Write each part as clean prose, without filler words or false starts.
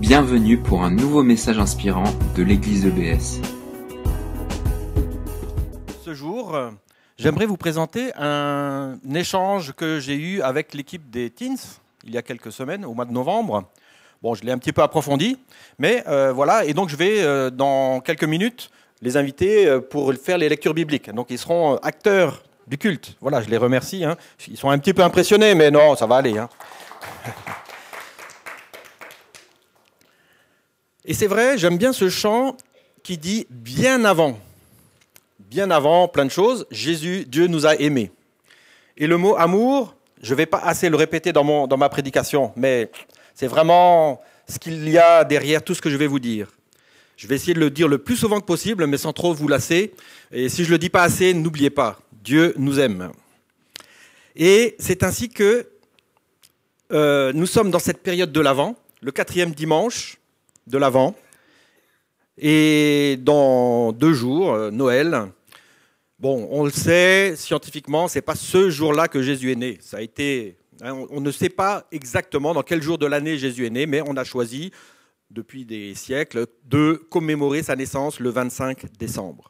Bienvenue pour un nouveau message inspirant de l'église EBS. Ce jour, j'aimerais vous présenter un échange que j'ai eu avec l'équipe des Teens il y a quelques semaines, au mois de novembre. Bon, je l'ai un petit peu approfondi, mais voilà. Et donc, je vais, dans quelques minutes, les inviter pour faire les lectures bibliques. Donc, ils seront acteurs du culte. Voilà, je les remercie. Ils sont un petit peu impressionnés, mais non, ça va aller. Et c'est vrai, j'aime bien ce chant qui dit « bien avant ». Bien avant, plein de choses, Dieu nous a aimés. Et le mot « amour », je ne vais pas assez le répéter dans ma prédication, mais c'est vraiment ce qu'il y a derrière tout ce que je vais vous dire. Je vais essayer de le dire le plus souvent que possible, mais sans trop vous lasser. Et si je ne le dis pas assez, n'oubliez pas, Dieu nous aime. Et c'est ainsi que nous sommes dans cette période de l'Avent, le 4e dimanche de l'Avent. Et dans 2 jours, Noël, bon, on le sait, scientifiquement, ce n'est pas ce jour-là que Jésus est né. Ça a été, on ne sait pas exactement dans quel jour de l'année Jésus est né, mais on a choisi, depuis des siècles, de commémorer sa naissance le 25 décembre.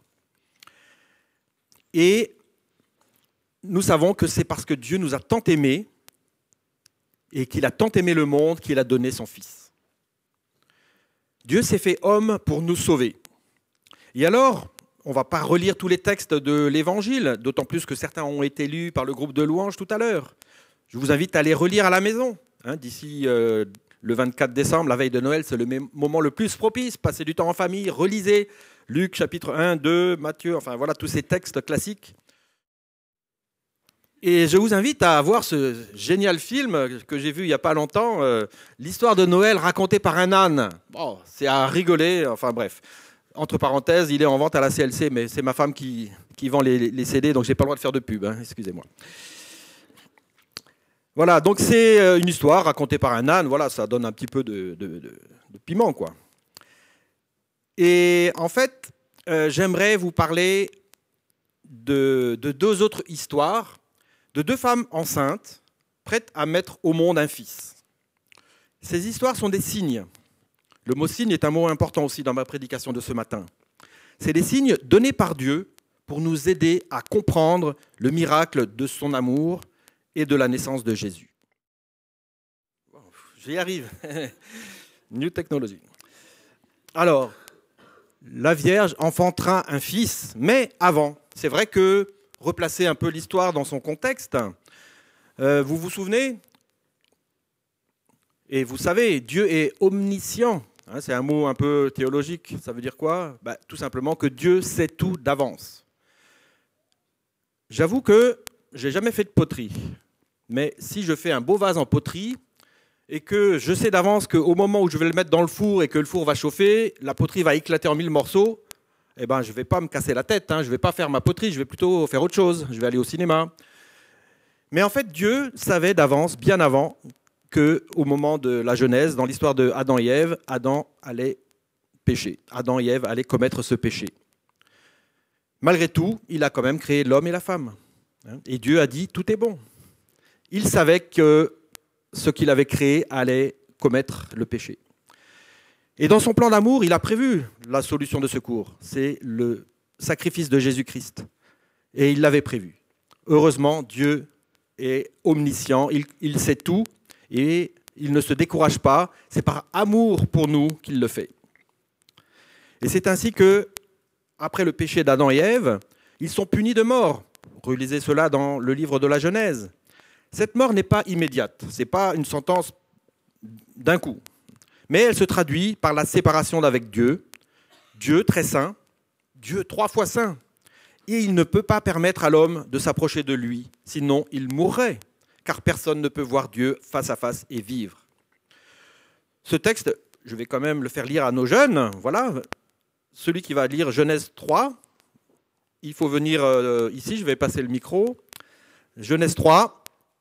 Et nous savons que c'est parce que Dieu nous a tant aimés et qu'il a tant aimé le monde qu'il a donné son Fils. Dieu s'est fait homme pour nous sauver. Et alors, on ne va pas relire tous les textes de l'Évangile, d'autant plus que certains ont été lus par le groupe de louanges tout à l'heure. Je vous invite à les relire à la maison. D'ici le 24 décembre, la veille de Noël, c'est le moment le plus propice. Passez du temps en famille, relisez Luc chapitre 1, 2, Matthieu, enfin voilà tous ces textes classiques. Et je vous invite à voir ce génial film que j'ai vu il n'y a pas longtemps, l'histoire de Noël racontée par un âne. Bon, c'est à rigoler, enfin bref. Entre parenthèses, il est en vente à la CLC, mais c'est ma femme qui vend les CD, donc je n'ai pas le droit de faire de pub, excusez-moi. Voilà, donc c'est une histoire racontée par un âne, voilà, ça donne un petit peu de piment, quoi. Et en fait, j'aimerais vous parler de 2 autres histoires, de 2 femmes enceintes, prêtes à mettre au monde un fils. Ces histoires sont des signes. Le mot « signe » est un mot important aussi dans ma prédication de ce matin. C'est des signes donnés par Dieu pour nous aider à comprendre le miracle de son amour et de la naissance de Jésus. J'y arrive. New technology. Alors, la Vierge enfantera un fils, mais avant. C'est vrai que replacer un peu l'histoire dans son contexte. Vous vous souvenez? Et vous savez, Dieu est omniscient. C'est un mot un peu théologique. Ça veut dire quoi? Tout simplement que Dieu sait tout d'avance. J'avoue que je n'ai jamais fait de poterie. Mais si je fais un beau vase en poterie et que je sais d'avance qu'au moment où je vais le mettre dans le four et que le four va chauffer, la poterie va éclater en 1000 morceaux, je ne vais pas me casser la tête, je ne vais pas faire ma poterie, je vais plutôt faire autre chose, je vais aller au cinéma. Mais en fait, Dieu savait d'avance, bien avant, qu'au moment de la Genèse, dans l'histoire de Adam et Ève, Adam allait pécher. Adam et Ève allaient commettre ce péché. Malgré tout, il a quand même créé l'homme et la femme. Et Dieu a dit, tout est bon. Il savait que ce qu'il avait créé allait commettre le péché. Et dans son plan d'amour, il a prévu la solution de secours. C'est le sacrifice de Jésus-Christ. Et il l'avait prévu. Heureusement, Dieu est omniscient, il sait tout et il ne se décourage pas. C'est par amour pour nous qu'il le fait. Et c'est ainsi que, après le péché d'Adam et Ève, ils sont punis de mort. Relisez cela dans le livre de la Genèse. Cette mort n'est pas immédiate, ce n'est pas une sentence d'un coup. Mais elle se traduit par la séparation d'avec Dieu, Dieu très saint, Dieu 3 fois saint. Et il ne peut pas permettre à l'homme de s'approcher de lui, sinon il mourrait, car personne ne peut voir Dieu face à face et vivre. Ce texte, je vais quand même le faire lire à nos jeunes. Voilà, celui qui va lire Genèse 3, il faut venir ici, je vais passer le micro. Genèse 3.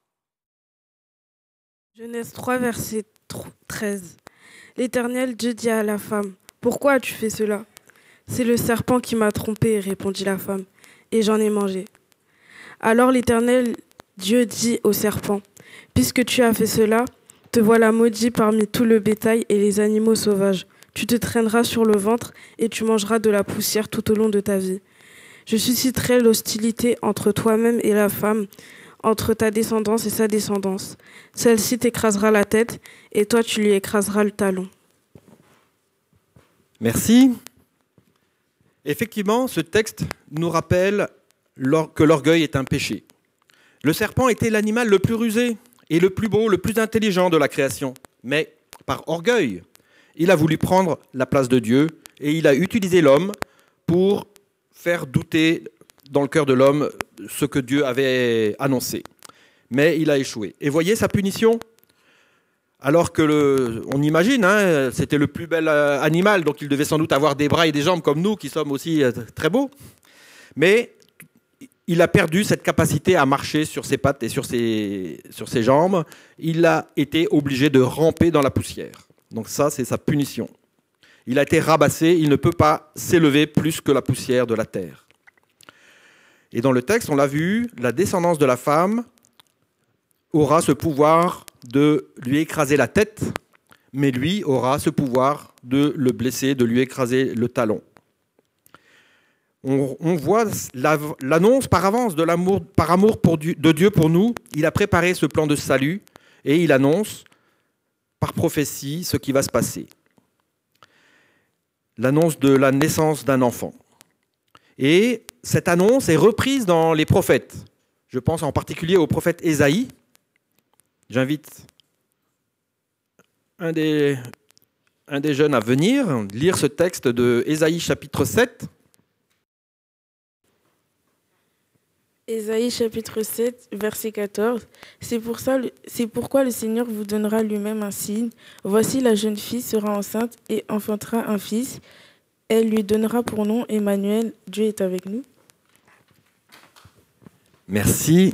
Genèse 3, verset 13. L'Éternel Dieu dit à la femme, « Pourquoi as-tu fait cela ? C'est le serpent qui m'a trompé, répondit la femme, et j'en ai mangé. Alors l'Éternel Dieu dit au serpent, « Puisque tu as fait cela, Te voilà maudit parmi tout le bétail et les animaux sauvages. Tu te traîneras sur le ventre et tu mangeras de la poussière tout au long de ta vie. Je susciterai l'hostilité entre toi-même et la femme, entre ta descendance et sa descendance. Celle-ci t'écrasera la tête et toi tu lui écraseras le talon. Merci. Effectivement, ce texte nous rappelle que l'orgueil est un péché. Le serpent était l'animal le plus rusé et le plus beau, le plus intelligent de la création. Mais par orgueil, il a voulu prendre la place de Dieu et il a utilisé l'homme pour faire douter dans le cœur de l'homme ce que Dieu avait annoncé. Mais il a échoué. Et voyez sa punition ? Alors que, on imagine, c'était le plus bel animal, donc il devait sans doute avoir des bras et des jambes comme nous, qui sommes aussi très beaux. Mais il a perdu cette capacité à marcher sur ses pattes et sur ses jambes. Il a été obligé de ramper dans la poussière. Donc ça, c'est sa punition. Il a été rabassé, il ne peut pas s'élever plus que la poussière de la terre. Et dans le texte, on l'a vu, la descendance de la femme aura ce pouvoir de lui écraser la tête, mais lui aura ce pouvoir de le blesser, de lui écraser le talon. On voit l'annonce par avance de l'amour, par amour de Dieu pour nous. Il a préparé ce plan de salut et il annonce par prophétie ce qui va se passer. L'annonce de la naissance d'un enfant. Et cette annonce est reprise dans les prophètes. Je pense en particulier au prophète Ésaïe. J'invite un des jeunes à venir lire ce texte de Ésaïe chapitre 7. Ésaïe chapitre 7, verset 14. C'est pourquoi le Seigneur vous donnera lui-même un signe. Voici la jeune fille sera enceinte et enfantera un fils. Elle lui donnera pour nom Emmanuel, Dieu est avec nous. Merci.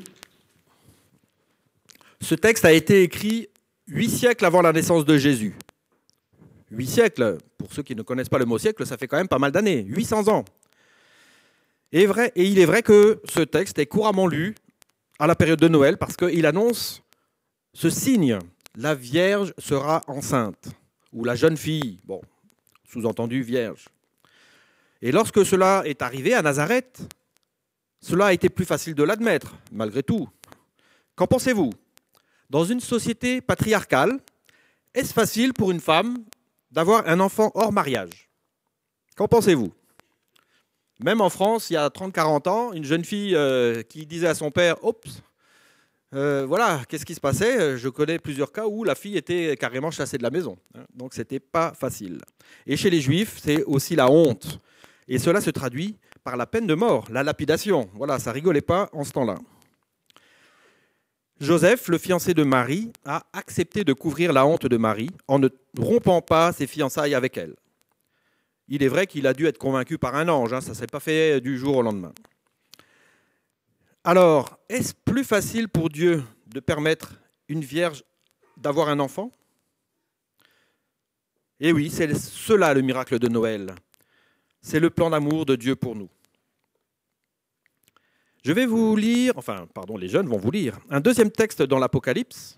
Ce texte a été écrit 8 siècles avant la naissance de Jésus. 8 siècles, pour ceux qui ne connaissent pas le mot siècle, ça fait quand même pas mal d'années, 800 ans. Et il est vrai que ce texte est couramment lu à la période de Noël parce qu'il annonce ce signe, la Vierge sera enceinte, ou la jeune fille, bon, sous-entendu vierge. Et lorsque cela est arrivé à Nazareth, cela a été plus facile de l'admettre, malgré tout. Qu'en pensez-vous ? Dans une société patriarcale, est-ce facile pour une femme d'avoir un enfant hors mariage ? Qu'en pensez-vous ? Même en France, il y a 30-40 ans, une jeune fille qui disait à son père « Oups, voilà, qu'est-ce qui se passait ?» Je connais plusieurs cas où la fille était carrément chassée de la maison. Donc, ce n'était pas facile. Et chez les Juifs, c'est aussi la honte. Et cela se traduit par la peine de mort, la lapidation. Voilà, ça rigolait pas en ce temps-là. Joseph, le fiancé de Marie, a accepté de couvrir la honte de Marie en ne rompant pas ses fiançailles avec elle. Il est vrai qu'il a dû être convaincu par un ange, ça ne s'est pas fait du jour au lendemain. Alors, est-ce plus facile pour Dieu de permettre une vierge d'avoir un enfant ? Eh oui, c'est cela le miracle de Noël. C'est le plan d'amour de Dieu pour nous. Je vais vous lire, les jeunes vont vous lire, un deuxième texte dans l'Apocalypse.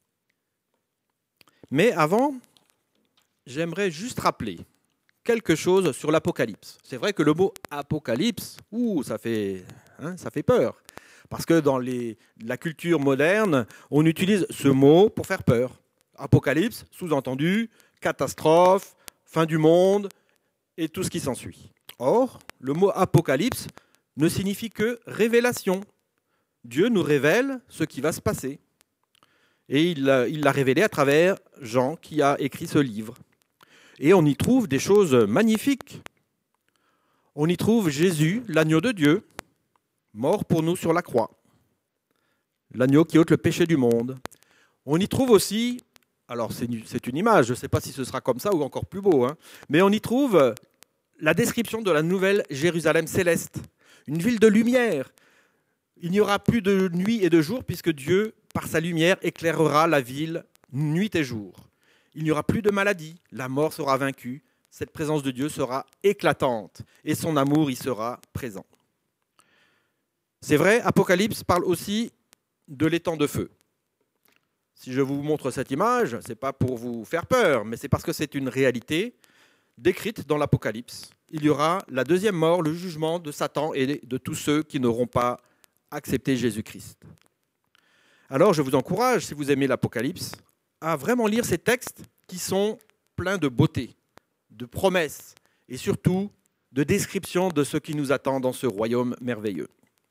Mais avant, j'aimerais juste rappeler quelque chose sur l'Apocalypse. C'est vrai que le mot Apocalypse, ça fait peur. Parce que dans la culture moderne, on utilise ce mot pour faire peur. Apocalypse, sous-entendu, catastrophe, fin du monde et tout ce qui s'ensuit. Or, le mot Apocalypse ne signifie que révélation. Dieu nous révèle ce qui va se passer. Et il l'a révélé à travers Jean qui a écrit ce livre. Et on y trouve des choses magnifiques. On y trouve Jésus, l'agneau de Dieu, mort pour nous sur la croix. L'agneau qui ôte le péché du monde. On y trouve aussi, alors c'est une image, je ne sais pas si ce sera comme ça ou encore plus beau, mais on y trouve la description de la nouvelle Jérusalem céleste. Une ville de lumière. Il n'y aura plus de nuit et de jour puisque Dieu, par sa lumière, éclairera la ville nuit et jour. Il n'y aura plus de maladie, la mort sera vaincue, cette présence de Dieu sera éclatante et son amour y sera présent. C'est vrai, Apocalypse parle aussi de l'étang de feu. Si je vous montre cette image, ce n'est pas pour vous faire peur, mais c'est parce que c'est une réalité décrite dans l'Apocalypse. Il y aura la deuxième mort, le jugement de Satan et de tous ceux qui n'auront pas accepté Jésus-Christ. Alors je vous encourage, si vous aimez l'Apocalypse, à vraiment lire ces textes qui sont pleins de beauté, de promesses et surtout de descriptions de ce qui nous attend dans ce royaume merveilleux.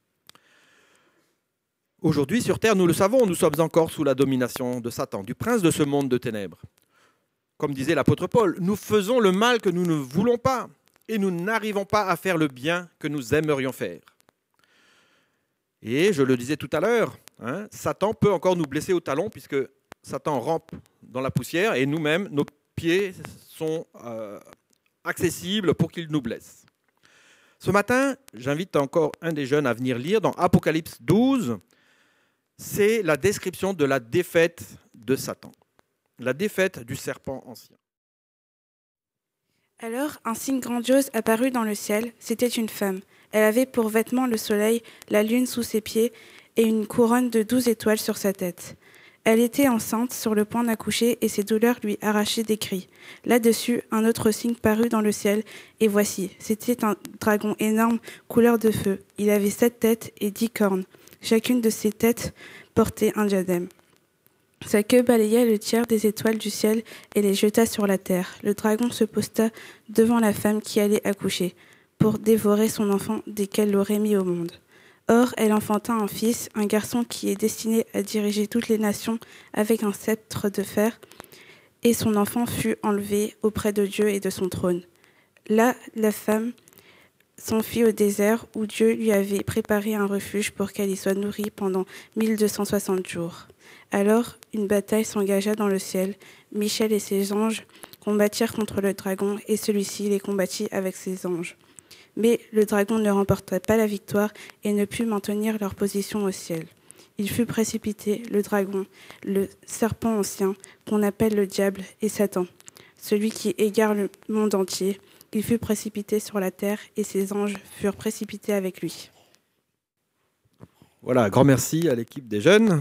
Aujourd'hui, sur terre, nous le savons, nous sommes encore sous la domination de Satan, du prince de ce monde de ténèbres. Comme disait l'apôtre Paul, nous faisons le mal que nous ne voulons pas et nous n'arrivons pas à faire le bien que nous aimerions faire. Et je le disais tout à l'heure, Satan peut encore nous blesser au talon puisque Satan rampe dans la poussière et nous-mêmes, nos pieds sont accessibles pour qu'il nous blesse. Ce matin, j'invite encore un des jeunes à venir lire dans Apocalypse 12. C'est la description de la défaite de Satan, la défaite du serpent ancien. Alors, un signe grandiose apparut dans le ciel. C'était une femme. Elle avait pour vêtement le soleil, la lune sous ses pieds et une couronne de 12 étoiles sur sa tête. Elle était enceinte, sur le point d'accoucher, et ses douleurs lui arrachaient des cris. Là-dessus, un autre signe parut dans le ciel, et voici, c'était un dragon énorme, couleur de feu. Il avait 7 têtes et 10 cornes. Chacune de ses têtes portait un diadème. Sa queue balayait le tiers des étoiles du ciel et les jeta sur la terre. Le dragon se posta devant la femme qui allait accoucher, pour dévorer son enfant dès qu'elle l'aurait mis au monde. Or, elle enfanta un fils, un garçon qui est destiné à diriger toutes les nations avec un sceptre de fer, et son enfant fut enlevé auprès de Dieu et de son trône. Là, la femme s'enfuit au désert où Dieu lui avait préparé un refuge pour qu'elle y soit nourrie pendant 1260 jours. Alors, une bataille s'engagea dans le ciel. Michel et ses anges combattirent contre le dragon et celui-ci les combattit avec ses anges. Mais le dragon ne remporta pas la victoire et ne put maintenir leur position au ciel. Il fut précipité, le dragon, le serpent ancien, qu'on appelle le diable et Satan, celui qui égare le monde entier. Il fut précipité sur la terre et ses anges furent précipités avec lui. Voilà, grand merci à l'équipe des jeunes.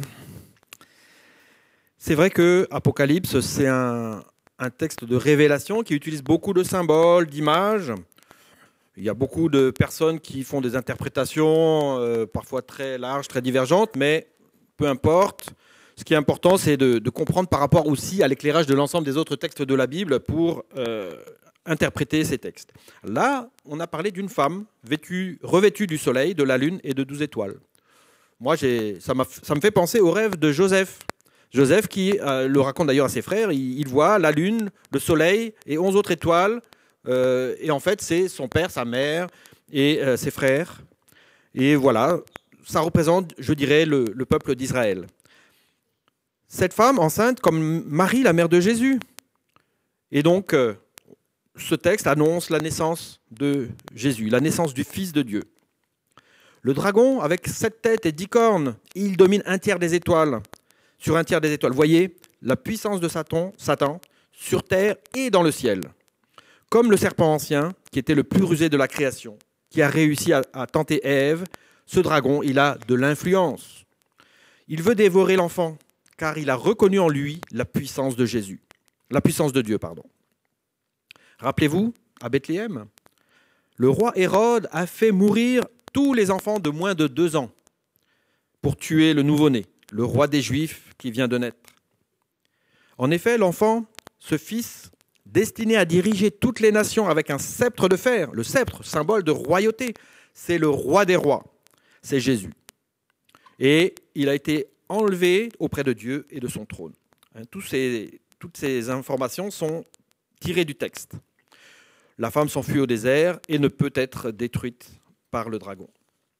C'est vrai que Apocalypse, c'est un texte de révélation qui utilise beaucoup de symboles, d'images. Il y a beaucoup de personnes qui font des interprétations parfois très larges, très divergentes, mais peu importe. Ce qui est important, c'est de comprendre par rapport aussi à l'éclairage de l'ensemble des autres textes de la Bible pour interpréter ces textes. Là, on a parlé d'une femme revêtue du soleil, de la lune et de 12 étoiles. Moi, ça me fait penser au rêve de Joseph. Joseph qui le raconte d'ailleurs à ses frères, il voit la lune, le soleil et 11 autres étoiles. Et en fait, c'est son père, sa mère et ses frères. Et voilà, ça représente, je dirais, le peuple d'Israël. Cette femme enceinte comme Marie, la mère de Jésus. Et donc, ce texte annonce la naissance de Jésus, la naissance du Fils de Dieu. Le dragon, avec 7 têtes et 10 cornes, il domine un tiers des étoiles. Sur un tiers des étoiles, voyez la puissance de Satan sur terre et dans le ciel. Comme le serpent ancien, qui était le plus rusé de la création, qui a réussi à tenter Ève, ce dragon, il a de l'influence. Il veut dévorer l'enfant, car il a reconnu en lui la puissance de Jésus. La puissance de Dieu, pardon. Rappelez-vous, à Bethléem, le roi Hérode a fait mourir tous les enfants de moins de 2 ans pour tuer le nouveau-né, le roi des Juifs qui vient de naître. En effet, l'enfant, ce fils, destiné à diriger toutes les nations avec un sceptre de fer, le sceptre, symbole de royauté, c'est le roi des rois, c'est Jésus. Et il a été enlevé auprès de Dieu et de son trône. Toutes ces informations sont tirées du texte. La femme s'enfuit au désert et ne peut être détruite par le dragon.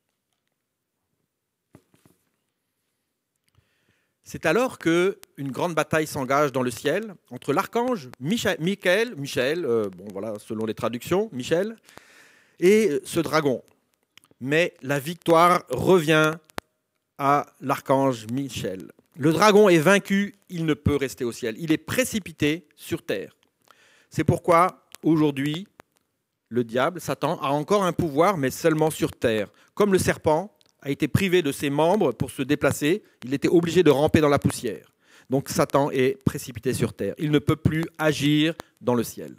C'est alors qu'une grande bataille s'engage dans le ciel entre l'archange Michel, selon les traductions, Michel, et ce dragon. Mais la victoire revient à l'archange Michel. Le dragon est vaincu, il ne peut rester au ciel. Il est précipité sur terre. C'est pourquoi, aujourd'hui, le diable, Satan, a encore un pouvoir, mais seulement sur terre. Comme le serpent a été privé de ses membres pour se déplacer, il était obligé de ramper dans la poussière. Donc Satan est précipité sur terre. Il ne peut plus agir dans le ciel.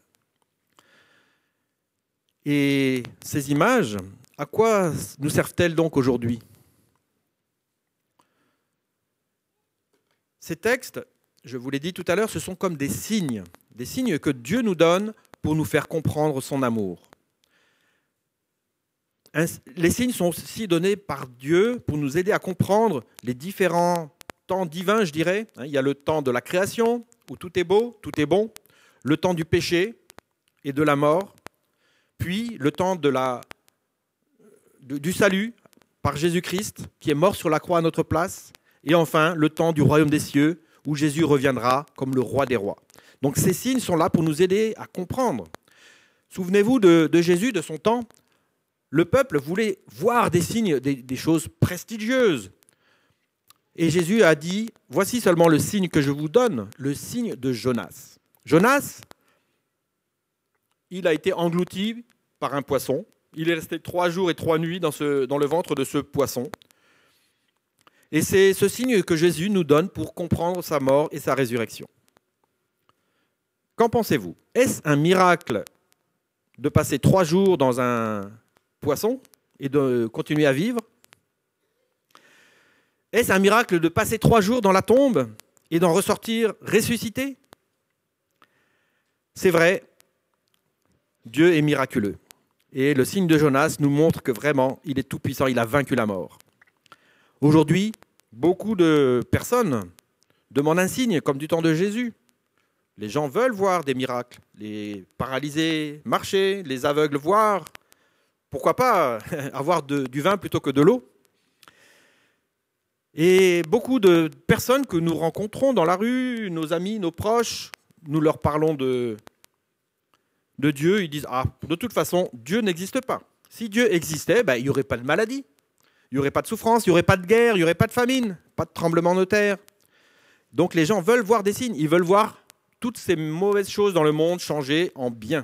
Et ces images, à quoi nous servent-elles donc aujourd'hui? Ces textes, je vous l'ai dit tout à l'heure, ce sont comme des signes que Dieu nous donne pour nous faire comprendre son amour. Les signes sont aussi donnés par Dieu pour nous aider à comprendre les différents temps divins, je dirais. Il y a le temps de la création, où tout est beau, tout est bon, le temps du péché et de la mort, puis le temps du salut par Jésus-Christ, qui est mort sur la croix à notre place, et enfin le temps du royaume des cieux, où Jésus reviendra comme le roi des rois. Donc ces signes sont là pour nous aider à comprendre. Souvenez-vous de Jésus, de son temps. Le peuple voulait voir des signes, des choses prestigieuses. Et Jésus a dit, voici seulement le signe que je vous donne, le signe de Jonas. Jonas, il a été englouti par un poisson. Il est resté 3 jours et 3 nuits dans le ventre de ce poisson. Et c'est ce signe que Jésus nous donne pour comprendre sa mort et sa résurrection. Qu'en pensez-vous? Est-ce un miracle de passer 3 jours dans un poisson et de continuer à vivre? Est-ce un miracle de passer 3 jours dans la tombe et d'en ressortir ressuscité? C'est vrai, Dieu est miraculeux. Et le signe de Jonas nous montre que vraiment, il est tout puissant, il a vaincu la mort. Aujourd'hui, beaucoup de personnes demandent un signe, comme du temps de Jésus. Les gens veulent voir des miracles, les paralysés marcher, les aveugles voir. Pourquoi pas avoir du vin plutôt que de l'eau? Et beaucoup de personnes que nous rencontrons dans la rue, nos amis, nos proches, nous leur parlons de Dieu, ils disent « Ah, de toute façon, Dieu n'existe pas. Si Dieu existait, il n'y aurait pas de maladie, il n'y aurait pas de souffrance, il n'y aurait pas de guerre, il n'y aurait pas de famine, pas de tremblement de terre. » Donc les gens veulent voir des signes, ils veulent voir toutes ces mauvaises choses dans le monde changer en bien.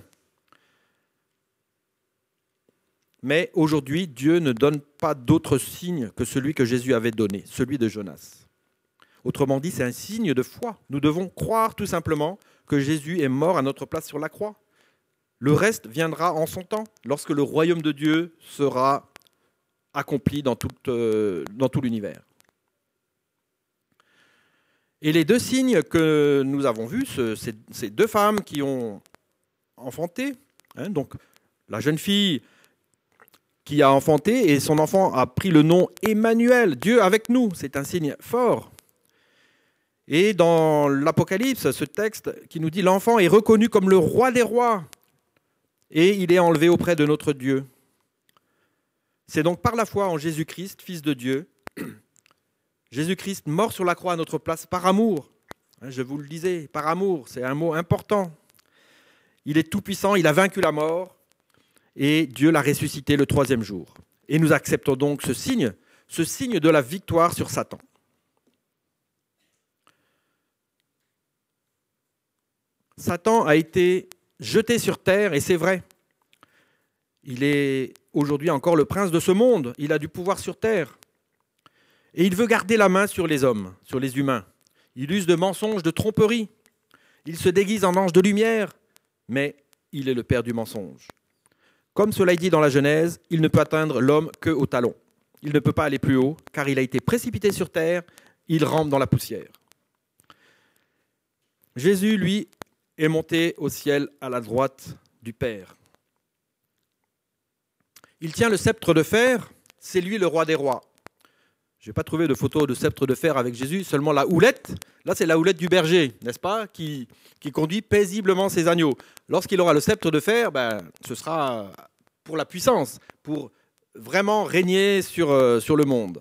Mais aujourd'hui, Dieu ne donne pas d'autre signe que celui que Jésus avait donné, celui de Jonas. Autrement dit, c'est un signe de foi. Nous devons croire tout simplement que Jésus est mort à notre place sur la croix. Le reste viendra en son temps, lorsque le royaume de Dieu sera accompli dans tout l'univers. Et les 2 signes que nous avons vus, ces 2 femmes qui ont enfanté, donc la jeune fille qui a enfanté et son enfant a pris le nom Emmanuel, Dieu avec nous, c'est un signe fort. Et dans l'Apocalypse, ce texte qui nous dit « L'enfant est reconnu comme le roi des rois et il est enlevé auprès de notre Dieu ». C'est donc par la foi en Jésus-Christ, Fils de Dieu, Jésus-Christ mort sur la croix à notre place par amour. Je vous le disais, par amour, c'est un mot important. Il est tout-puissant, il a vaincu la mort et Dieu l'a ressuscité le 3e jour. Et nous acceptons donc ce signe de la victoire sur Satan. Satan a été jeté sur terre, et c'est vrai. Il est aujourd'hui encore le prince de ce monde. Il a du pouvoir sur terre. Et il veut garder la main sur les hommes, sur les humains. Il use de mensonges, de tromperies. Il se déguise en ange de lumière, mais il est le père du mensonge. Comme cela est dit dans la Genèse, il ne peut atteindre l'homme qu'au talon. Il ne peut pas aller plus haut, car il a été précipité sur terre, il rampe dans la poussière. Jésus, lui, est monté au ciel à la droite du Père. Il tient le sceptre de fer, c'est lui le roi des rois. Je n'ai pas trouvé de photo de sceptre de fer avec Jésus, seulement la houlette. Là, c'est la houlette du berger, n'est-ce pas, qui conduit paisiblement ses agneaux. Lorsqu'il aura le sceptre de fer, ce sera pour la puissance, pour vraiment régner sur le monde.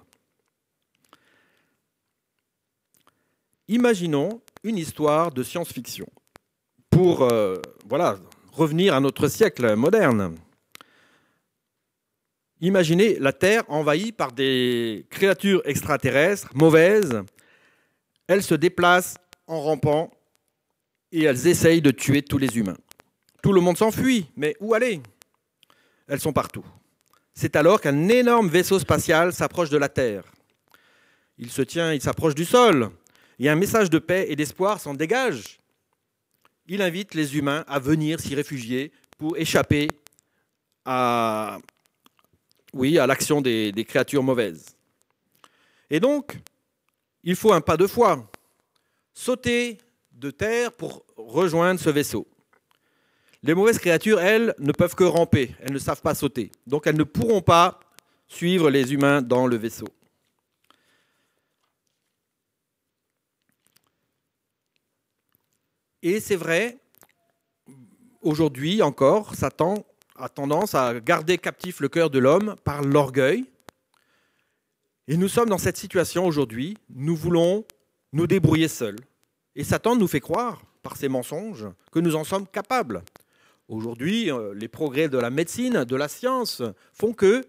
Imaginons une histoire de science-fiction pour revenir à notre siècle moderne. Imaginez la Terre envahie par des créatures extraterrestres mauvaises. Elles se déplacent en rampant et elles essayent de tuer tous les humains. Tout le monde s'enfuit, mais où aller? Elles sont partout. C'est alors qu'un énorme vaisseau spatial s'approche de la Terre. Il s'approche du sol. et un message de paix et d'espoir s'en dégage. Il invite les humains à venir s'y réfugier pour échapper à l'action des créatures mauvaises. Et donc, il faut un pas de foi, sauter de terre pour rejoindre ce vaisseau. Les mauvaises créatures, elles, ne peuvent que ramper, elles ne savent pas sauter. Donc elles ne pourront pas suivre les humains dans le vaisseau. Et c'est vrai, aujourd'hui encore, Satan a tendance à garder captif le cœur de l'homme par l'orgueil. Et nous sommes dans cette situation aujourd'hui, nous voulons nous débrouiller seuls. Et Satan nous fait croire, par ses mensonges, que nous en sommes capables. Aujourd'hui, les progrès de la médecine, de la science, font que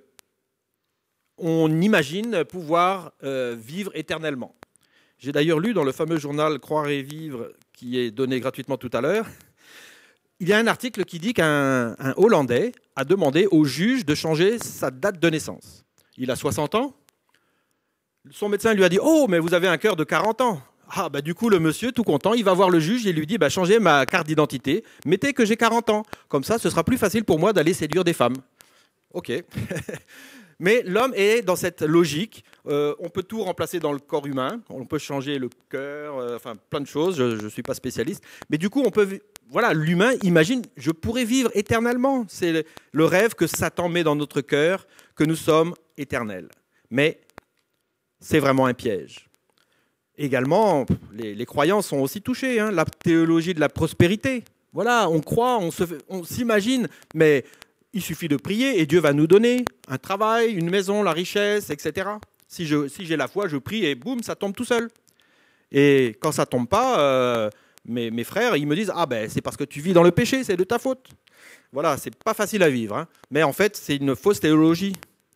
on imagine pouvoir vivre éternellement. J'ai d'ailleurs lu dans le fameux journal Croire et vivre, qui est donné gratuitement tout à l'heure, il y a un article qui dit qu'un Hollandais a demandé au juge de changer sa date de naissance. Il a 60 ans. Son médecin lui a dit « Oh, mais vous avez un cœur de 40 ans !» Ah, bah, du coup, le monsieur, tout content, il va voir le juge et lui dit bah, « Changez ma carte d'identité, mettez que j'ai 40 ans. Comme ça, ce sera plus facile pour moi d'aller séduire des femmes. » Ok. Mais l'homme est dans cette logique. On peut tout remplacer dans le corps humain. On peut changer le cœur, enfin plein de choses. Je ne suis pas spécialiste. Mais du coup, on peut... Voilà, l'humain imagine « Je pourrais vivre éternellement. » C'est le rêve que Satan met dans notre cœur, que nous sommes éternels. Mais c'est vraiment un piège. Également, les croyants sont aussi touchés. Hein, la théologie de la prospérité. Voilà, on croit, on s'imagine, mais il suffit de prier et Dieu va nous donner un travail, une maison, la richesse, etc. Si j'ai la foi, je prie et boum, ça tombe tout seul. Et quand ça ne tombe pas, mes frères, ils me disent « Ah ben, c'est parce que tu vis dans le péché, c'est de ta faute. » Voilà, c'est pas facile à vivre. Hein, mais en fait, c'est une fausse théologie.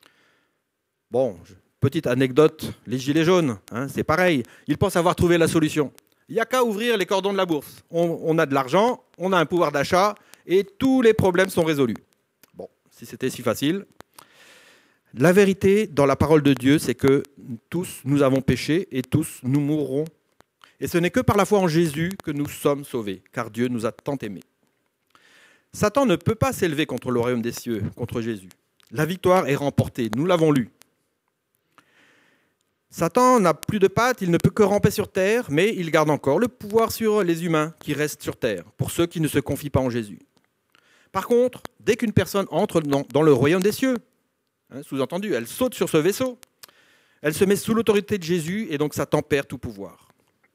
Bon, petite anecdote, les gilets jaunes, hein, c'est pareil. Ils pensent avoir trouvé la solution. Il n'y a qu'à ouvrir les cordons de la bourse. On a de l'argent, on a un pouvoir d'achat et tous les problèmes sont résolus. Bon, si c'était si facile. La vérité dans la parole de Dieu, c'est que tous nous avons péché et tous nous mourrons. Et ce n'est que par la foi en Jésus que nous sommes sauvés, car Dieu nous a tant aimés. Satan ne peut pas s'élever contre le royaume des cieux, contre Jésus. La victoire est remportée, nous l'avons lu. Satan n'a plus de pattes, il ne peut que ramper sur terre, mais il garde encore le pouvoir sur les humains qui restent sur terre, pour ceux qui ne se confient pas en Jésus. Par contre, dès qu'une personne entre dans le royaume des cieux, hein, sous-entendu, elle saute sur ce vaisseau, elle se met sous l'autorité de Jésus et donc Satan perd tout pouvoir.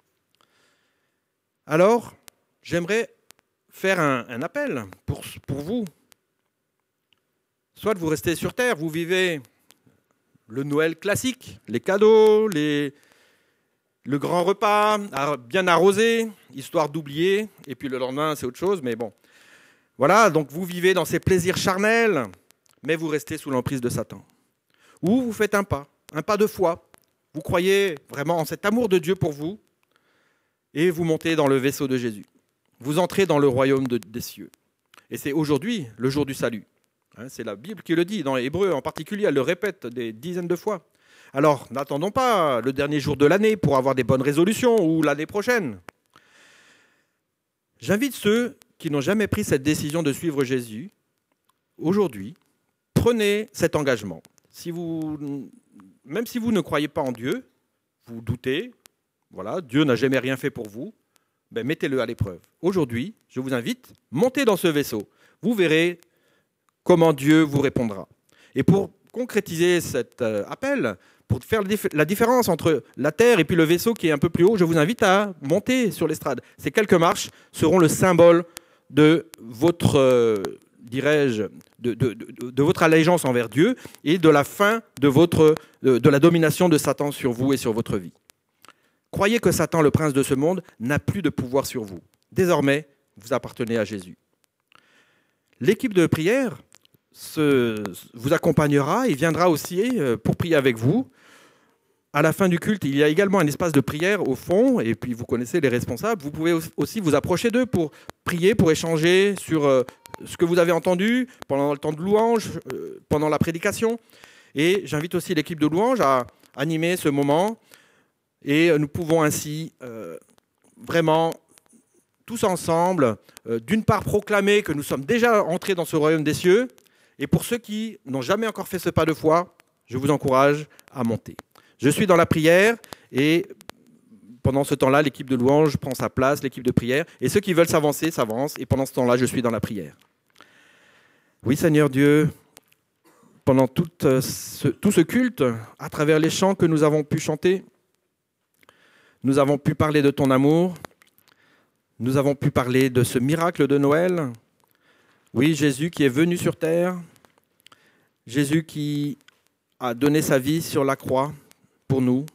Alors, j'aimerais faire un appel pour vous. Soit vous restez sur terre, vous vivez le Noël classique, les cadeaux, le grand repas, bien arrosé, histoire d'oublier, et puis le lendemain, c'est autre chose, mais bon. Voilà, donc vous vivez dans ces plaisirs charnels, mais vous restez sous l'emprise de Satan. Ou vous faites un pas de foi. Vous croyez vraiment en cet amour de Dieu pour vous, et vous montez dans le vaisseau de Jésus. Vous entrez dans le royaume des cieux. Et c'est aujourd'hui le jour du salut. C'est la Bible qui le dit, dans Hébreu en particulier, elle le répète des dizaines de fois. Alors, n'attendons pas le dernier jour de l'année pour avoir des bonnes résolutions ou l'année prochaine. J'invite ceux qui n'ont jamais pris cette décision de suivre Jésus, aujourd'hui, prenez cet engagement. Même si vous ne croyez pas en Dieu, vous doutez, voilà, Dieu n'a jamais rien fait pour vous, ben mettez-le à l'épreuve. Aujourd'hui, je vous invite, montez dans ce vaisseau. Vous verrez comment Dieu vous répondra. Et pour concrétiser cet appel, pour faire la différence entre la terre et puis le vaisseau qui est un peu plus haut, je vous invite à monter sur l'estrade. Ces quelques marches seront le symbole de votre, de votre allégeance envers Dieu et de la fin de la domination de Satan sur vous et sur votre vie. Croyez que Satan, le prince de ce monde, n'a plus de pouvoir sur vous. Désormais, vous appartenez à Jésus. L'équipe de prière vous accompagnera et viendra aussi pour prier avec vous. À la fin du culte, il y a également un espace de prière au fond, et puis vous connaissez les responsables. Vous pouvez aussi vous approcher d'eux pour prier, pour échanger sur ce que vous avez entendu pendant le temps de louange, pendant la prédication. Et j'invite aussi l'équipe de louange à animer ce moment. Et nous pouvons ainsi vraiment, tous ensemble, d'une part proclamer que nous sommes déjà entrés dans ce royaume des cieux, et pour ceux qui n'ont jamais encore fait ce pas de foi, je vous encourage à monter. Je suis dans la prière et pendant ce temps-là, l'équipe de louange prend sa place, l'équipe de prière, et ceux qui veulent s'avancer, s'avancent, et pendant ce temps-là, je suis dans la prière. Oui, Seigneur Dieu, pendant tout ce culte, à travers les chants que nous avons pu chanter, nous avons pu parler de ton amour, nous avons pu parler de ce miracle de Noël. Oui, Jésus qui est venu sur terre, Jésus qui a donné sa vie sur la croix pour nous.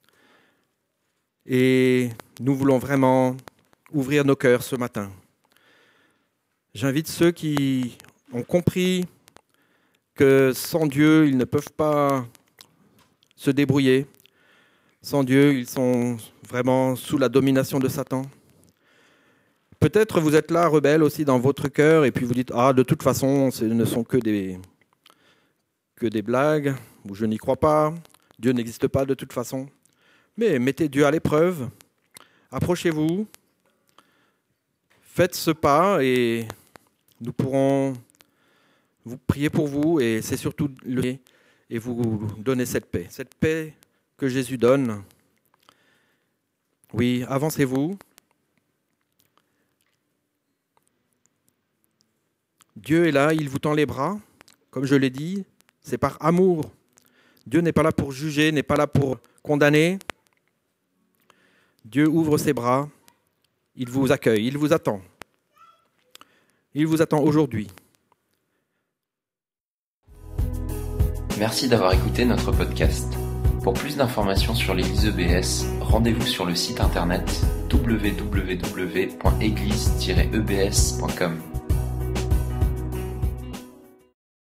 Et nous voulons vraiment ouvrir nos cœurs ce matin. J'invite ceux qui ont compris que sans Dieu, ils ne peuvent pas se débrouiller. Sans Dieu, ils sont vraiment sous la domination de Satan. Peut-être vous êtes là, rebelles aussi dans votre cœur, et puis vous dites « Ah, de toute façon, ce ne sont que des blagues, ou je n'y crois pas, Dieu n'existe pas de toute façon. » Mais mettez Dieu à l'épreuve, approchez-vous, faites ce pas, et nous pourrons vous prier pour vous, et c'est surtout et vous donner cette paix que Jésus donne. Oui, avancez-vous. Dieu est là, il vous tend les bras. Comme je l'ai dit, c'est par amour. Dieu n'est pas là pour juger, n'est pas là pour condamner. Dieu ouvre ses bras, il vous accueille, il vous attend. Il vous attend aujourd'hui. Merci d'avoir écouté notre podcast. Pour plus d'informations sur l'Église EBS, rendez-vous sur le site internet www.église-ebs.com.